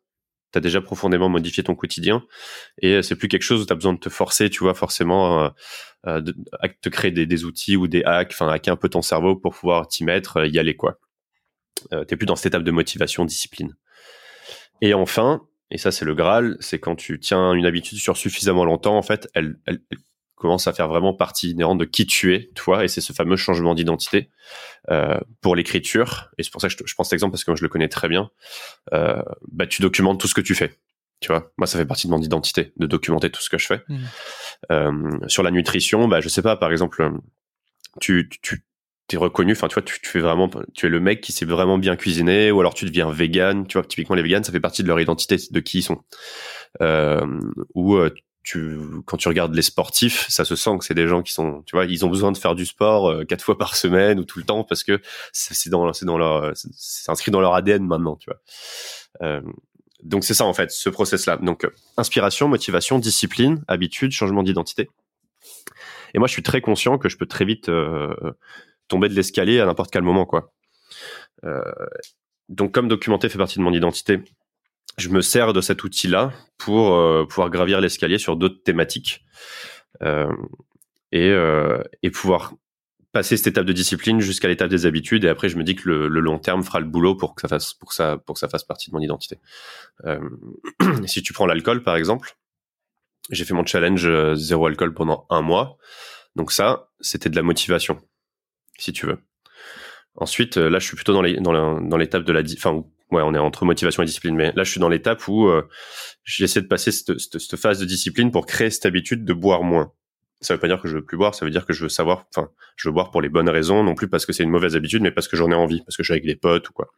t'as déjà profondément modifié ton quotidien et c'est plus quelque chose où t'as besoin de te forcer, tu vois, forcément euh, euh, de, à te créer des, des outils ou des hacks, enfin hacker un peu ton cerveau pour pouvoir t'y mettre, y aller quoi. Euh, t'es plus dans cette étape de motivation, discipline. Et enfin, et ça c'est le Graal, c'est quand tu tiens une habitude sur suffisamment longtemps, en fait, elle, elle, elle commence à faire vraiment partie inhérente de qui tu es, toi, et c'est ce fameux changement d'identité. Euh, pour l'écriture, et c'est pour ça que je, je prends cet exemple parce que moi je le connais très bien, euh, bah tu documentes tout ce que tu fais. Tu vois, moi ça fait partie de mon identité de documenter tout ce que je fais. Mmh. Euh, sur la nutrition, bah je sais pas, par exemple, tu tu t'es reconnu, enfin tu vois, tu, tu fais vraiment, tu es le mec qui sait vraiment bien cuisiner, ou alors tu deviens vegan. Tu vois, typiquement les vegans, ça fait partie de leur identité, de qui ils sont. Euh, ou euh, Tu, quand tu regardes les sportifs, ça se sent que c'est des gens qui sont, tu vois, ils ont besoin de faire du sport euh, quatre fois par semaine ou tout le temps parce que c'est, c'est dans, c'est dans leur, c'est, c'est inscrit dans leur A D N maintenant, tu vois. Euh, donc c'est ça en fait, ce process-là. Donc euh, inspiration, motivation, discipline, habitude, changement d'identité. Et moi, je suis très conscient que je peux très vite euh, tomber de l'escalier à n'importe quel moment, quoi. Euh, donc comme documenter fait partie de mon identité, je me sers de cet outil-là pour euh, pouvoir gravir l'escalier sur d'autres thématiques euh, et, euh, et pouvoir passer cette étape de discipline jusqu'à l'étape des habitudes. Et après, je me dis que le, le long terme fera le boulot pour que ça fasse, pour que ça, pour que ça fasse partie de mon identité. Euh, si tu prends l'alcool, par exemple, j'ai fait mon challenge euh, zéro alcool pendant un mois. Donc ça, c'était de la motivation, si tu veux. Ensuite, là, je suis plutôt dans, les, dans, la, dans l'étape de la... Enfin, ouais, on est entre motivation et discipline, mais là, je suis dans l'étape où euh, j'essaie de passer cette, cette, cette phase de discipline pour créer cette habitude de boire moins. Ça veut pas dire que je veux plus boire, ça veut dire que je veux savoir... Enfin, je veux boire pour les bonnes raisons, non plus parce que c'est une mauvaise habitude, mais parce que j'en ai envie, parce que je suis avec des potes ou quoi.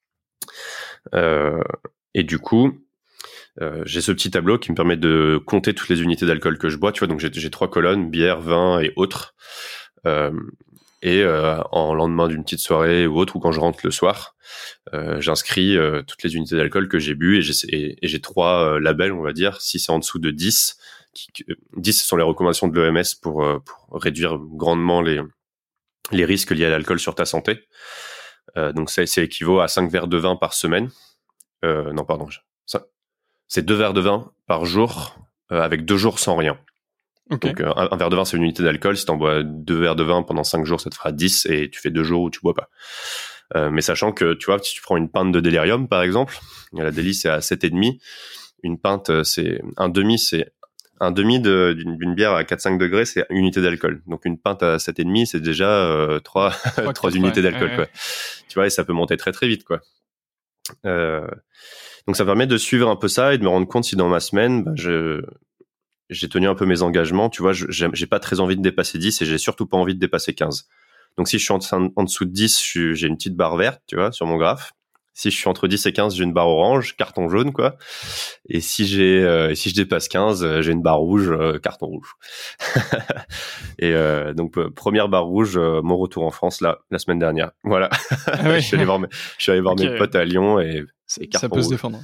Euh, et du coup... Euh, j'ai ce petit tableau qui me permet de compter toutes les unités d'alcool que je bois, tu vois, donc j'ai, j'ai trois colonnes, bière, vin et autres. Euh, et euh, en lendemain d'une petite soirée ou autre, ou quand je rentre le soir, euh, j'inscris euh, toutes les unités d'alcool que j'ai bu et j'ai, et, et j'ai trois euh, labels, on va dire. Si c'est en dessous de dix, qui, dix ce sont les recommandations de l'O M S pour, euh, pour réduire grandement les, les risques liés à l'alcool sur ta santé. Euh, donc ça, ça équivaut à cinq verres de vin par semaine. Euh, non, pardon, ça... C'est deux verres de vin par jour, euh, avec deux jours sans rien. Okay. Donc, euh, un, un verre de vin, c'est une unité d'alcool. Si tu en bois deux verres de vin pendant cinq jours, ça te fera dix et tu fais deux jours où tu bois pas. Euh, mais sachant que, tu vois, si tu prends une pinte de délirium, par exemple, la délit, c'est à sept virgule cinq. Une pinte, c'est un demi, c'est un demi de, d'une, d'une bière à quatre à cinq degrés, c'est une unité d'alcool. Donc, une pinte à sept virgule cinq, c'est déjà euh, trois, trois unités ouais, d'alcool, ouais, quoi. Ouais. Tu vois, et ça peut monter très, très vite, quoi. Euh, donc ça permet de suivre un peu ça et de me rendre compte si dans ma semaine, bah, je, j'ai tenu un peu mes engagements. Tu vois, je, j'ai, j'ai pas très envie de dépasser dix et j'ai surtout pas envie de dépasser quinze. Donc si je suis en, en dessous de dix, je suis, j'ai une petite barre verte, tu vois, sur mon graphe. Si je suis entre dix et quinze, j'ai une barre orange, carton jaune, quoi. Et si j'ai, euh, si je dépasse quinze, j'ai une barre rouge, euh, carton rouge. et euh, donc euh, première barre rouge, euh, mon retour en France là, la semaine dernière. Voilà. Ah ouais. je suis allé voir mes, je suis allé voir okay. mes potes à Lyon et c'est carton
ça peut
rouge.
Se défendre.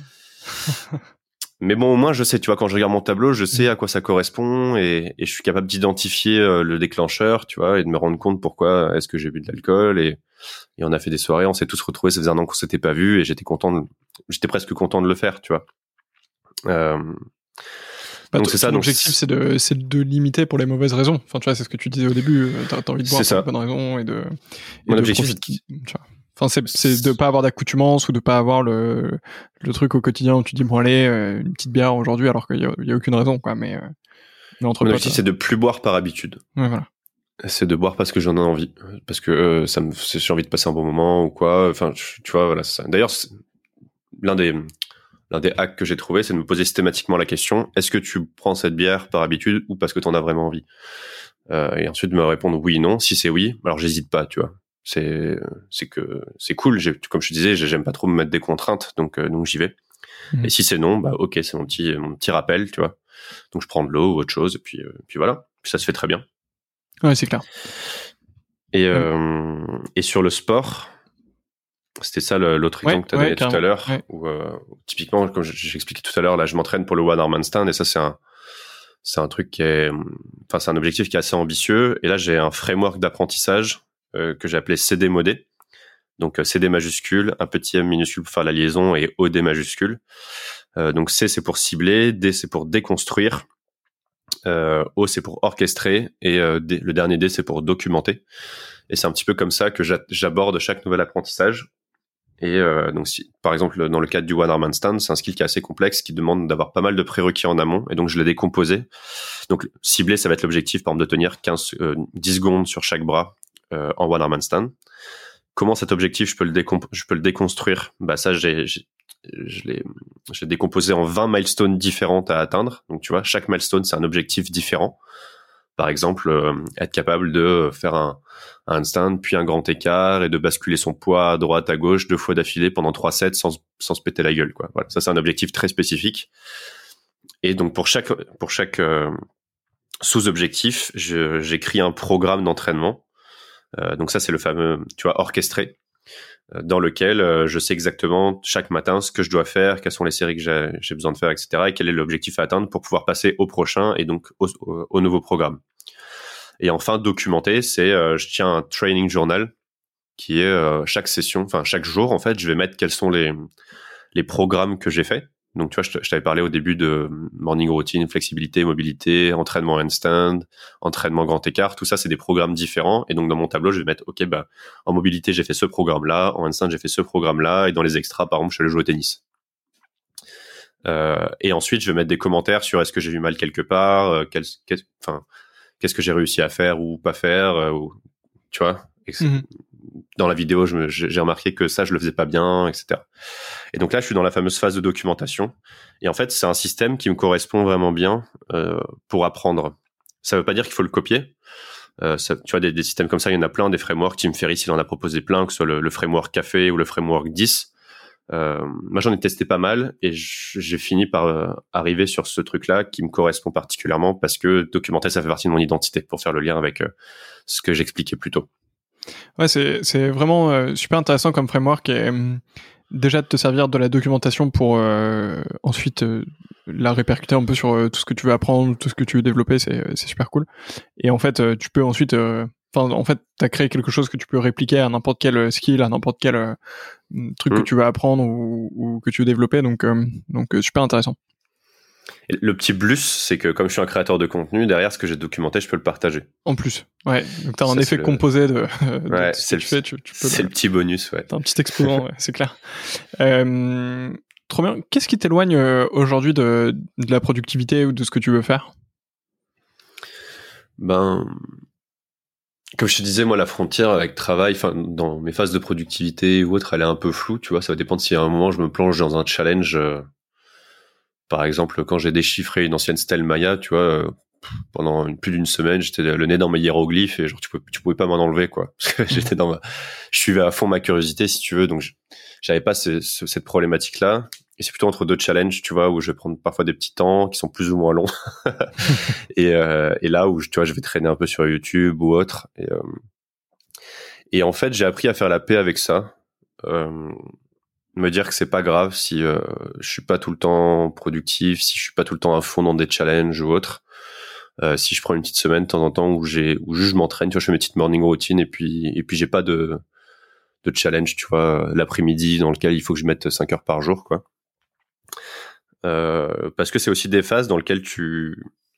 Mais bon, au moins, je sais, tu vois, quand je regarde mon tableau, je sais à quoi ça correspond et, et je suis capable d'identifier euh, le déclencheur, tu vois, et de me rendre compte pourquoi est-ce que j'ai bu de l'alcool et, et on a fait des soirées, on s'est tous retrouvés, ça faisait un an qu'on s'était pas vus et j'étais content, de, j'étais presque content de le faire, tu vois. Euh,
bah, donc t- c'est ça. L'objectif, donc, c'est de, c'est de limiter pour les mauvaises raisons. Enfin, tu vois, c'est ce que tu disais au début. T'as, t'as envie de boire pour les bonnes raisons et de. Et
Mon
de
objectif,
profiter, tu vois. Enfin, c'est, c'est de pas avoir d'accoutumance ou de pas avoir le, le truc au quotidien où tu dis, bon, allez, euh, une petite bière aujourd'hui alors qu'il y a, il y a aucune raison, quoi, mais, euh, mais entre
Mon objectif, c'est de plus boire par habitude.
Ouais, voilà.
C'est de boire parce que j'en ai envie. Parce que, euh, ça me, c'est, j'ai envie de passer un bon moment ou quoi. Enfin, tu vois, voilà, c'est ça. D'ailleurs, c'est l'un des, l'un des hacks que j'ai trouvé, c'est de me poser systématiquement la question, est-ce que tu prends cette bière par habitude ou parce que t'en as vraiment envie? Euh, et ensuite, de me répondre oui, non. Si c'est oui, alors j'hésite pas, tu vois. C'est, c'est que c'est cool. J'ai, comme je te disais, j'aime pas trop me mettre des contraintes, donc euh, donc j'y vais. Mmh. Et si c'est non, bah ok, c'est mon petit mon petit rappel, tu vois. Donc je prends de l'eau ou autre chose, et puis euh, puis voilà. Puis ça se fait très bien.
Ouais, c'est clair.
Et euh, mmh. et sur le sport, c'était ça le, l'autre exemple ouais, que tu as donné ouais, tout à l'heure, ouais. où euh, typiquement, comme j'expliquais tout à l'heure, là, je m'entraîne pour le One Arm Handstand, et ça c'est un c'est un truc qui est, enfin c'est un objectif qui est assez ambitieux. Et là j'ai un framework d'apprentissage. Euh, que j'ai appelé C D modé. Donc C D majuscule, un petit m minuscule pour faire la liaison et O D majuscule. Euh, donc C c'est pour cibler, D c'est pour déconstruire, euh, O c'est pour orchestrer et euh, D, le dernier D c'est pour documenter. Et c'est un petit peu comme ça que j'a- j'aborde chaque nouvel apprentissage. Et euh, donc si, par exemple dans le cadre du one arm handstand, c'est un skill qui est assez complexe, qui demande d'avoir pas mal de prérequis en amont. Et donc je l'ai décomposé. Donc cibler, ça va être l'objectif, par exemple, de tenir quinze, euh, dix secondes sur chaque bras euh, en one arm handstand. Comment cet objectif, je peux le, décomp- je peux le déconstruire? Bah ça, j'ai, j'ai, je l'ai, j'ai décomposé en vingt milestones différentes à atteindre. Donc tu vois, chaque milestone, c'est un objectif différent. Par exemple, euh, être capable de faire un, un handstand, puis un grand écart, et de basculer son poids à droite, à gauche, deux fois d'affilée pendant trois sets sans, sans se péter la gueule, quoi. Voilà, ça c'est un objectif très spécifique. Et donc pour chaque, pour chaque euh, sous-objectif, je, j'écris un programme d'entraînement. Euh, donc ça, c'est le fameux, tu vois, orchestré, euh, dans lequel euh, je sais exactement chaque matin ce que je dois faire, quelles sont les séries que j'ai, j'ai besoin de faire, et cetera. Et quel est l'objectif à atteindre pour pouvoir passer au prochain et donc au, au, au nouveau programme. Et enfin, documenter, c'est euh, je tiens un training journal qui est euh, chaque session, enfin chaque jour, en fait, je vais mettre quels sont les, les programmes que j'ai faits. Donc, tu vois, je, je t'avais parlé au début de morning routine, flexibilité, mobilité, entraînement handstand, entraînement grand écart. Tout ça, c'est des programmes différents. Et donc, dans mon tableau, je vais mettre, OK, bah, en mobilité, j'ai fait ce programme-là. En handstand, j'ai fait ce programme-là. Et dans les extras, par exemple, je suis allé jouer au tennis. Euh, et ensuite, je vais mettre des commentaires sur est-ce que j'ai eu mal quelque part, euh, quel, quel, enfin, qu'est-ce que j'ai réussi à faire ou pas faire, euh, ou, tu vois. Mm-hmm. Dans la vidéo, je me, j'ai remarqué que ça, je le faisais pas bien, et cetera. Et donc là, je suis dans la fameuse phase de documentation. Et en fait, c'est un système qui me correspond vraiment bien euh, pour apprendre. Ça veut pas dire qu'il faut le copier. Euh, ça, tu vois, des, des systèmes comme ça, il y en a plein, des frameworks. Tim Ferriss, il en a proposé plein, que ce soit le, le framework Café ou le framework dix. Euh, moi, j'en ai testé pas mal et j'ai fini par euh, arriver sur ce truc-là qui me correspond particulièrement parce que documenter, ça fait partie de mon identité, pour faire le lien avec euh, ce que j'expliquais plus tôt.
Ouais, c'est, c'est vraiment euh, super intéressant comme framework et euh, déjà de te servir de la documentation pour euh, ensuite euh, la répercuter un peu sur euh, tout ce que tu veux apprendre, tout ce que tu veux développer, c'est, c'est super cool. Et en fait, euh, tu peux ensuite... Euh, Enfin, en fait, t'as créé quelque chose que tu peux répliquer à n'importe quel skill, à n'importe quel euh, truc mmh. que tu veux apprendre ou, ou que tu veux développer. Donc, euh, donc euh, super intéressant.
Et le petit plus, c'est que comme je suis un créateur de contenu, derrière ce que j'ai documenté, je peux le partager.
En plus, ouais. Donc t'as ça, un effet le... composé de, de
ouais,
ce que tu fais. Tu, tu peux
c'est
le...
le petit bonus, ouais.
T'as un petit exposant, ouais, c'est clair. Euh, trop bien. Qu'est-ce qui t'éloigne euh, aujourd'hui de, de la productivité ou de ce que tu veux faire ?
Ben... Comme je te disais, moi, la frontière avec travail, enfin, dans mes phases de productivité ou autre, elle est un peu floue, tu vois. Ça va dépendre si à un moment je me plonge dans un challenge. Euh, par exemple, quand j'ai déchiffré une ancienne stèle Maya, tu vois, euh, pendant une, plus d'une semaine, j'étais le nez dans mes hiéroglyphes et genre tu pouvais, tu pouvais pas m'en enlever, quoi. Parce que j'étais dans ma, je suivais à fond ma curiosité, si tu veux. Donc, je, j'avais pas ce, ce, cette problématique-là. Et c'est plutôt entre deux challenges, tu vois, où je vais prendre parfois des petits temps qui sont plus ou moins longs. et, euh, et là où, tu vois, je vais traîner un peu sur YouTube ou autre. Et, euh, et en fait, j'ai appris à faire la paix avec ça. Euh, me dire que c'est pas grave si euh, je suis pas tout le temps productif, si je suis pas tout le temps à fond dans des challenges ou autre. Euh, si je prends une petite semaine de temps en temps où j'ai, où juste je m'entraîne, tu vois, je fais mes petites morning routines et puis, et puis j'ai pas de, de challenge, tu vois, l'après-midi dans lequel il faut que je mette cinq heures par jour, quoi. Euh, parce que c'est aussi des phases dans lesquelles tu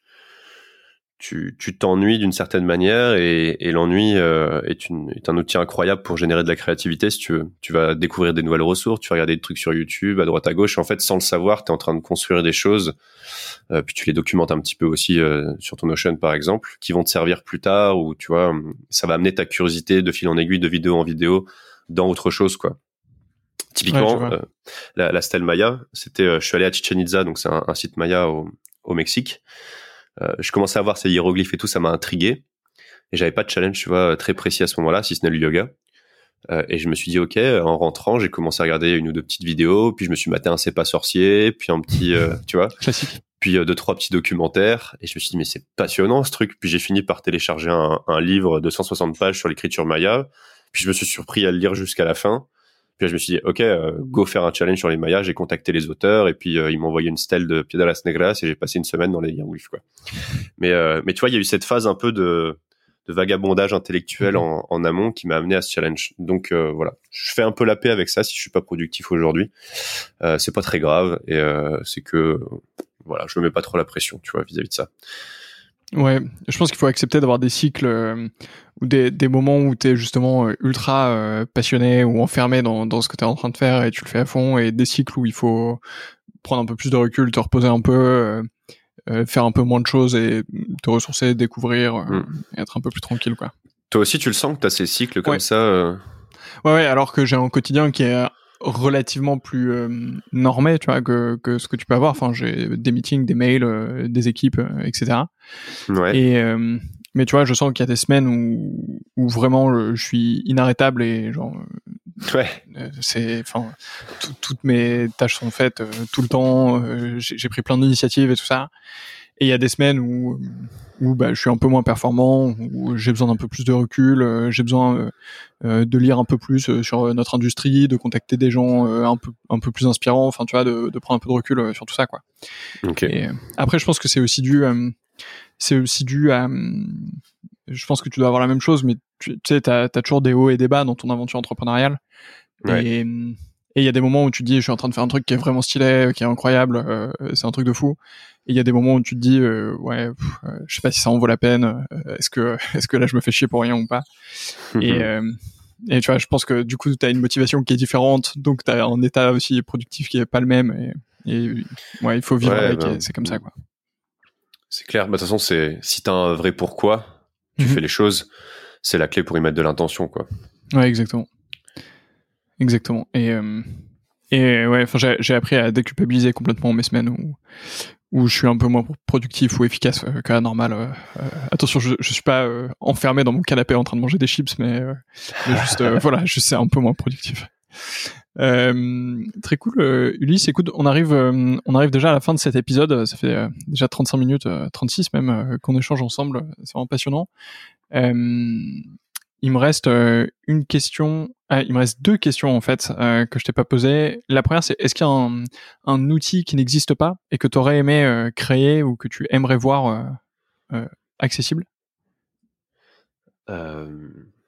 tu tu t'ennuies d'une certaine manière et, et l'ennui euh, est une est un outil incroyable pour générer de la créativité si tu veux. Tu vas découvrir des nouvelles ressources, tu vas regarder des trucs sur YouTube à droite à gauche et en fait sans le savoir t'es en train de construire des choses euh, puis tu les documentes un petit peu aussi euh, sur ton Notion par exemple qui vont te servir plus tard ou tu vois ça va amener ta curiosité de fil en aiguille de vidéo en vidéo dans autre chose quoi. Typiquement, ouais, euh, la, la stèle Maya, c'était, euh, je suis allé à Chichen Itza, donc c'est un, un site Maya au, au Mexique. Euh, je commençais à voir ces hiéroglyphes et tout, ça m'a intrigué. Et j'avais pas de challenge, tu vois, très précis à ce moment-là, si ce n'est le yoga. Euh, et je me suis dit, ok, en rentrant, j'ai commencé à regarder une ou deux petites vidéos, puis je me suis maté un C'est pas sorcier, puis un petit, euh, tu vois,
classique.
Puis euh, deux trois petits documentaires. Et je me suis dit, mais c'est passionnant ce truc. Puis j'ai fini par télécharger un, un livre de cent soixante pages sur l'écriture Maya. Puis je me suis surpris à le lire jusqu'à la fin. Puis là, je me suis dit, ok, euh, go faire un challenge sur les Mayas. J'ai contacté les auteurs et puis euh, ils m'ont envoyé une stèle de Piedras Negras et j'ai passé une semaine dans les hiéroglyphes, quoi. Mais, euh, mais tu vois, il y a eu cette phase un peu de, de vagabondage intellectuel mmh. en, en amont qui m'a amené à ce challenge. Donc euh, voilà, je fais un peu la paix avec ça si je suis pas productif aujourd'hui. Euh, c'est pas très grave et euh, c'est que voilà, je me mets pas trop la pression, tu vois, vis-à-vis de ça.
Ouais, je pense qu'il faut accepter d'avoir des cycles euh, ou des, des moments où tu es justement euh, ultra euh, passionné ou enfermé dans, dans ce que tu es en train de faire et tu le fais à fond, et des cycles où il faut prendre un peu plus de recul, te reposer un peu, euh, euh, faire un peu moins de choses et te ressourcer, découvrir, euh, mm. et être un peu plus tranquille, quoi.
Toi aussi, tu le sens que tu as ces cycles comme
ouais.
ça euh...
Ouais, ouais, alors que j'ai un quotidien qui est relativement plus euh, normé, tu vois, que, que ce que tu peux avoir. Enfin, j'ai des meetings, des mails, euh, des équipes, euh, et cetera.
Ouais.
Et euh, mais tu vois, je sens qu'il y a des semaines où où vraiment je, je suis inarrêtable et genre
ouais.
Euh, c'est, enfin, tout, toutes mes tâches sont faites euh, tout le temps. Euh, j'ai, j'ai pris plein d'initiatives et tout ça. Et il y a des semaines où où bah je suis un peu moins performant, où j'ai besoin d'un peu plus de recul, euh, j'ai besoin euh, euh, de lire un peu plus euh, sur notre industrie, de contacter des gens euh, un peu un peu plus inspirants, enfin tu vois, de, de prendre un peu de recul euh, sur tout ça, quoi.
Okay.
Et euh, après, je pense que c'est aussi dû euh, c'est aussi dû à euh, je pense que tu dois avoir la même chose, mais tu, tu sais, t'as t'as toujours des hauts et des bas dans ton aventure entrepreneuriale.
Ouais.
Et et il y a des moments où tu te dis, je suis en train de faire un truc qui est vraiment stylé, qui est incroyable, euh, c'est un truc de fou. Et il y a des moments où tu te dis, euh, ouais, pff, euh, je sais pas si ça en vaut la peine. Euh, est-ce que, est-ce que là je me fais chier pour rien ou pas. Et euh, et tu vois, je pense que du coup, t'as une motivation qui est différente, donc t'as un état aussi productif qui est pas le même. Et, et ouais, il faut vivre ouais, avec. Ben, et c'est comme ça, quoi.
C'est clair. Bah, de toute façon, c'est si t'as un vrai pourquoi, tu mm-hmm. fais les choses. C'est la clé pour y mettre de l'intention, quoi.
Ouais, exactement. Exactement. Et, euh, et ouais, enfin, j'ai, j'ai appris à déculpabiliser complètement mes semaines où, où je suis un peu moins productif ou efficace euh, qu'à la normale. Euh, euh, attention, je, je suis pas euh, enfermé dans mon canapé en train de manger des chips, mais, euh, mais juste, euh, voilà, je sais un peu moins productif. Euh, très cool, euh, Ulysse. Écoute, on arrive, euh, on arrive déjà à la fin de cet épisode. Ça fait euh, déjà trente-cinq minutes, euh, trente-six même, euh, qu'on échange ensemble. C'est vraiment passionnant. Euh, Il me reste euh, une question, ah, il me reste deux questions en fait euh, que je t'ai pas posées. La première, c'est est-ce qu'il y a un, un outil qui n'existe pas et que tu aurais aimé euh, créer ou que tu aimerais voir euh, euh, accessible ?
euh...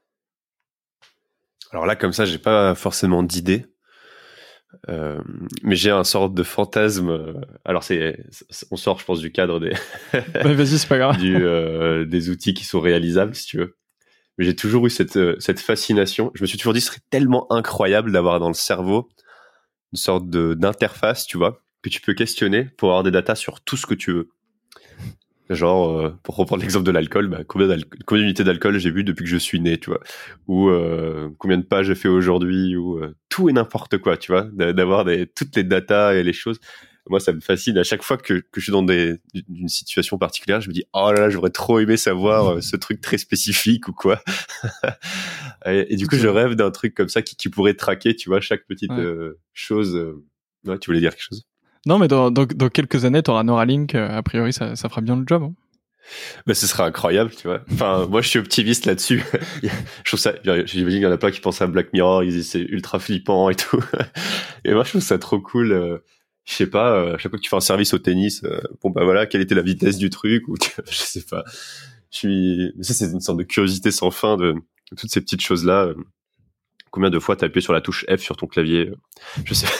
Alors là, comme ça, j'ai pas forcément d'idée, euh, mais j'ai un sorte de fantasme. Alors c'est, on sort, je pense, du cadre des,
bah, vas-y, c'est pas grave,
du, euh, des outils qui sont réalisables, si tu veux. Mais j'ai toujours eu cette, euh, cette fascination. Je me suis toujours dit, ce serait tellement incroyable d'avoir dans le cerveau une sorte de, d'interface, tu vois, que tu peux questionner pour avoir des datas sur tout ce que tu veux. Genre, euh, pour reprendre l'exemple de l'alcool, bah, combien, d'alcool, combien d'unités d'alcool j'ai bu depuis que je suis né, tu vois, ou euh, combien de pas j'ai fait aujourd'hui, ou euh, tout et n'importe quoi, tu vois, d'avoir des, toutes les datas et les choses. Moi, ça me fascine. À chaque fois que, que je suis dans des, une situation particulière, je me dis, oh là là, j'aurais trop aimé savoir euh, ce truc très spécifique ou quoi. et, et du coup, je rêve d'un truc comme ça qui, qui pourrait traquer, tu vois, chaque petite ouais. euh, chose. Euh... Ouais, tu voulais dire quelque chose ?
Non, mais dans, dans, dans quelques années, t'auras Neuralink. Euh, a priori, ça, ça fera bien le job. Hein.
Bah, ce sera incroyable, tu vois. Enfin, moi, je suis optimiste là-dessus. Je trouve ça, j'imagine qu'il y en a plein qui pensent à Black Mirror, ils disent c'est ultra flippant et tout. Et moi, je trouve ça trop cool. Euh... Je sais pas, euh, à chaque fois que tu fais un service au tennis, euh, bon bah voilà, quelle était la vitesse du truc, ou je sais pas. Je suis, mais ça c'est une sorte de curiosité sans fin de, de toutes ces petites choses là. Euh, combien de fois t'as appuyé sur la touche F sur ton clavier, euh, je sais.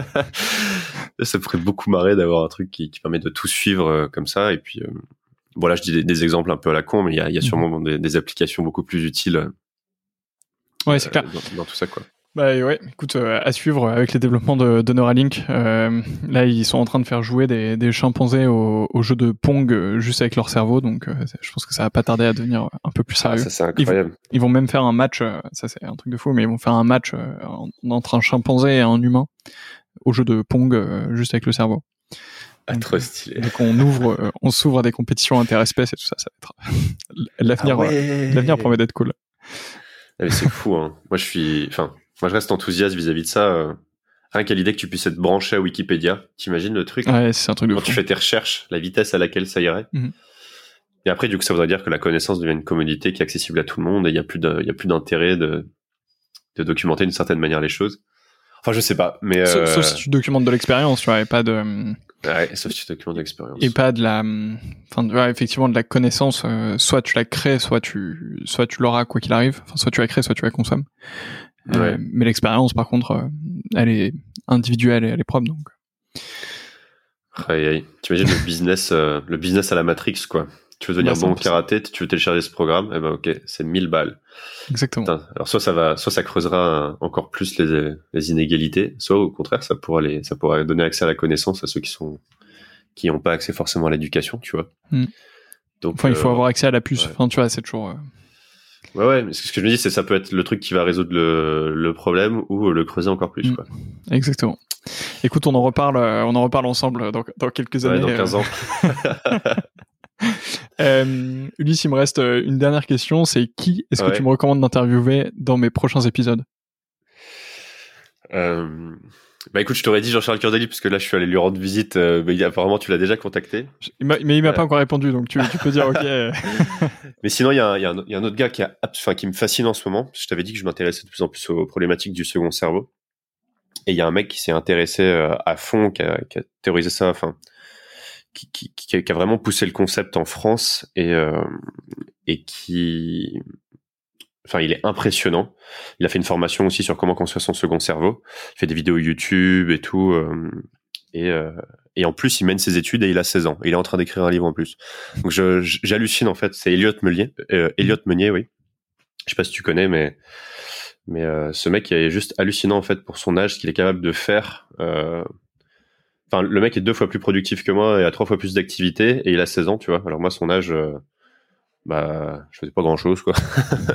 Ça me ferait beaucoup marrer d'avoir un truc qui, qui permet de tout suivre euh, comme ça. Et puis, euh, bon là je dis des, des exemples un peu à la con, mais il y a, y a sûrement mmh. des, des applications beaucoup plus utiles. Euh,
ouais, c'est clair.
Dans, dans tout ça, quoi.
Bah ouais, écoute, euh, à suivre avec les développements de, de Neuralink. Euh, là, ils sont en train de faire jouer des, des chimpanzés au, au jeu de Pong euh, juste avec leur cerveau, donc euh, je pense que ça va pas tarder à devenir un peu plus sérieux.
Ah, ça c'est incroyable.
Ils vont, ils vont même faire un match, euh, ça c'est un truc de fou, mais ils vont faire un match euh, entre un chimpanzé et un humain au jeu de Pong euh, juste avec le cerveau.
Ah, donc, trop stylé.
Donc on ouvre, euh, on s'ouvre à des compétitions interespèces et tout ça, ça va être l'avenir. Ah ouais. euh, l'avenir promet d'être cool.
Ah, mais c'est fou, hein. Moi je suis, enfin. Moi, je reste enthousiaste vis-à-vis de ça. Euh, rien qu'à l'idée que tu puisses être branché à Wikipédia. T'imagines le truc ?
Ouais, c'est un truc de
Quand
fou.
tu fais tes recherches, la vitesse à laquelle ça irait. Mm-hmm. Et après, du coup, ça voudrait dire que la connaissance devient une commodité qui est accessible à tout le monde et il n'y a plus de, il y a plus d'intérêt de, de documenter d'une certaine manière les choses. Enfin, je sais pas, mais...
Euh...
Sauf,
sauf si tu documentes de l'expérience, tu vois, et pas de...
Ouais, sauf si tu documentes d'expérience.
Et pas de la, enfin, ouais, effectivement, de la connaissance. Euh, soit tu la crées, soit tu, soit tu l'auras quoi qu'il arrive. Enfin, soit tu la crées, soit tu la consommes. Euh,
Ouais.
Mais l'expérience, par contre, euh, elle est individuelle et elle est propre, donc.
Aïe, aïe. T'imagines le business, euh, le business à la Matrix, quoi. Tu veux devenir
Bah,
bon au
cent pour cent.
karaté, tu veux télécharger ce programme, eh ben ok, c'est mille balles.
Exactement.
Putain. Alors soit ça va, soit ça creusera encore plus les, les inégalités, soit au contraire ça pourra les, ça pourra donner accès à la connaissance à ceux qui sont, qui n'ont pas accès forcément à l'éducation, tu vois.
Mm.
Donc,
Enfin, il faut
euh,
avoir accès à la puce.
ouais.
Enfin, tu vois, c'est toujours. Euh...
Ouais, ouais. Mais ce que je me dis, c'est ça peut être le truc qui va résoudre le, le problème ou le creuser encore plus,
Mm.
quoi.
Exactement. Écoute, on en reparle, euh, on en reparle ensemble dans, dans quelques années.
Ouais, dans quinze ans.
euh, Ulysse, il me reste une dernière question. C'est qui est-ce
Ouais.
que tu me recommandes d'interviewer dans mes prochains épisodes?
Euh... Bah écoute, je t'aurais dit Jean-Charles Curdeli parce que là je suis allé lui rendre visite, euh, mais apparemment tu l'as déjà contacté.
Il m'a, mais il m'a
euh...
pas encore répondu, donc tu, tu peux dire ok.
Mais sinon il y, y, y a un autre gars qui, a, enfin, qui me fascine en ce moment. Je t'avais dit que je m'intéressais de plus en plus aux problématiques du second cerveau. Et il y a un mec qui s'est intéressé euh, à fond, qui a, qui a théorisé ça, enfin, qui, qui, qui, a, qui a vraiment poussé le concept en France et, euh, et qui... Enfin, il est impressionnant. Il a fait une formation aussi sur comment construire son second cerveau. Il fait des vidéos YouTube et tout. Euh, et, euh, et en plus, il mène ses études et il a seize ans. Et il est en train d'écrire un livre en plus. Donc, je, j'hallucine en fait. C'est Elliot Meunier. Euh, Elliot Meunier, oui. Je sais pas si tu connais, mais mais euh, ce mec est juste hallucinant en fait pour son âge, ce qu'il est capable de faire. Euh... Enfin, le mec est deux fois plus productif que moi et a trois fois plus d'activité et il a seize ans, tu vois. Alors moi, son âge. Euh... Bah, je faisais pas grand chose, quoi.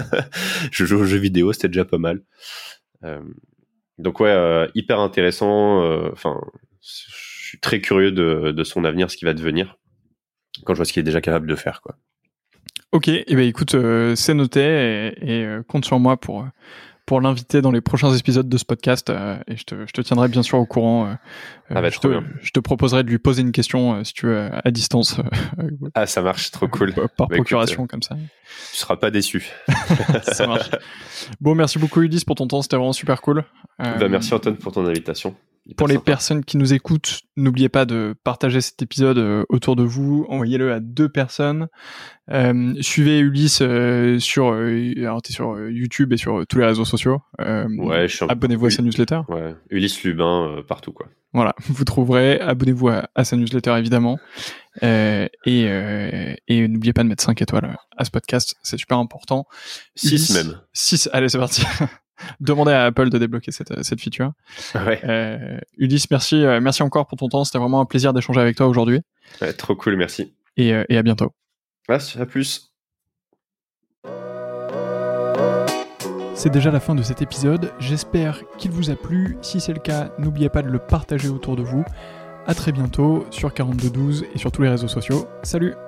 Je joue aux jeux vidéo, c'était déjà pas mal. Euh, donc ouais, euh, hyper intéressant. Enfin, euh, je suis très curieux de, de son avenir, ce qui va devenir, quand je vois ce qu'il est déjà capable de faire, quoi.
Ok, et eh ben écoute, euh, c'est noté et, et euh, compte sur moi pour pour l'inviter dans les prochains épisodes de ce podcast euh, et je te je te tiendrai bien sûr au courant. Euh,
ah bah,
je, te, je te proposerai de lui poser une question euh, si tu veux à distance. Euh,
ah ça marche, trop cool.
Par
bah,
procuration
écoute,
comme ça.
Tu seras pas déçu.
Ça marche. Bon, merci beaucoup Ulysse pour ton temps, c'était vraiment super cool.
Euh, bah, merci Antoine pour ton invitation.
Pour les sympa. Personnes qui nous écoutent, n'oubliez pas de partager cet épisode euh, autour de vous, envoyez-le à deux personnes. Euh, suivez Ulysse euh, sur, euh, alors t'es sur euh, YouTube et sur euh, tous les réseaux sociaux. Euh,
ouais, je suis un...
Abonnez-vous à sa newsletter.
Ouais, Ulysse Lubin euh, partout quoi.
Voilà, vous trouverez. Abonnez-vous à, à sa newsletter évidemment. Euh, et, euh, et n'oubliez pas de mettre cinq étoiles à ce podcast, c'est super important.
six même.
six, allez c'est parti. Demandez à Apple de débloquer cette, cette feature.
Ouais.
Euh, Ulysse, merci, euh, merci encore pour ton temps. C'était vraiment un plaisir d'échanger avec toi aujourd'hui.
Ouais, trop cool, merci.
Et, euh, et à bientôt.
Ah, à plus.
C'est déjà la fin de cet épisode. J'espère qu'il vous a plu. Si c'est le cas, n'oubliez pas de le partager autour de vous. À très bientôt sur quarante-deux douze et sur tous les réseaux sociaux. Salut!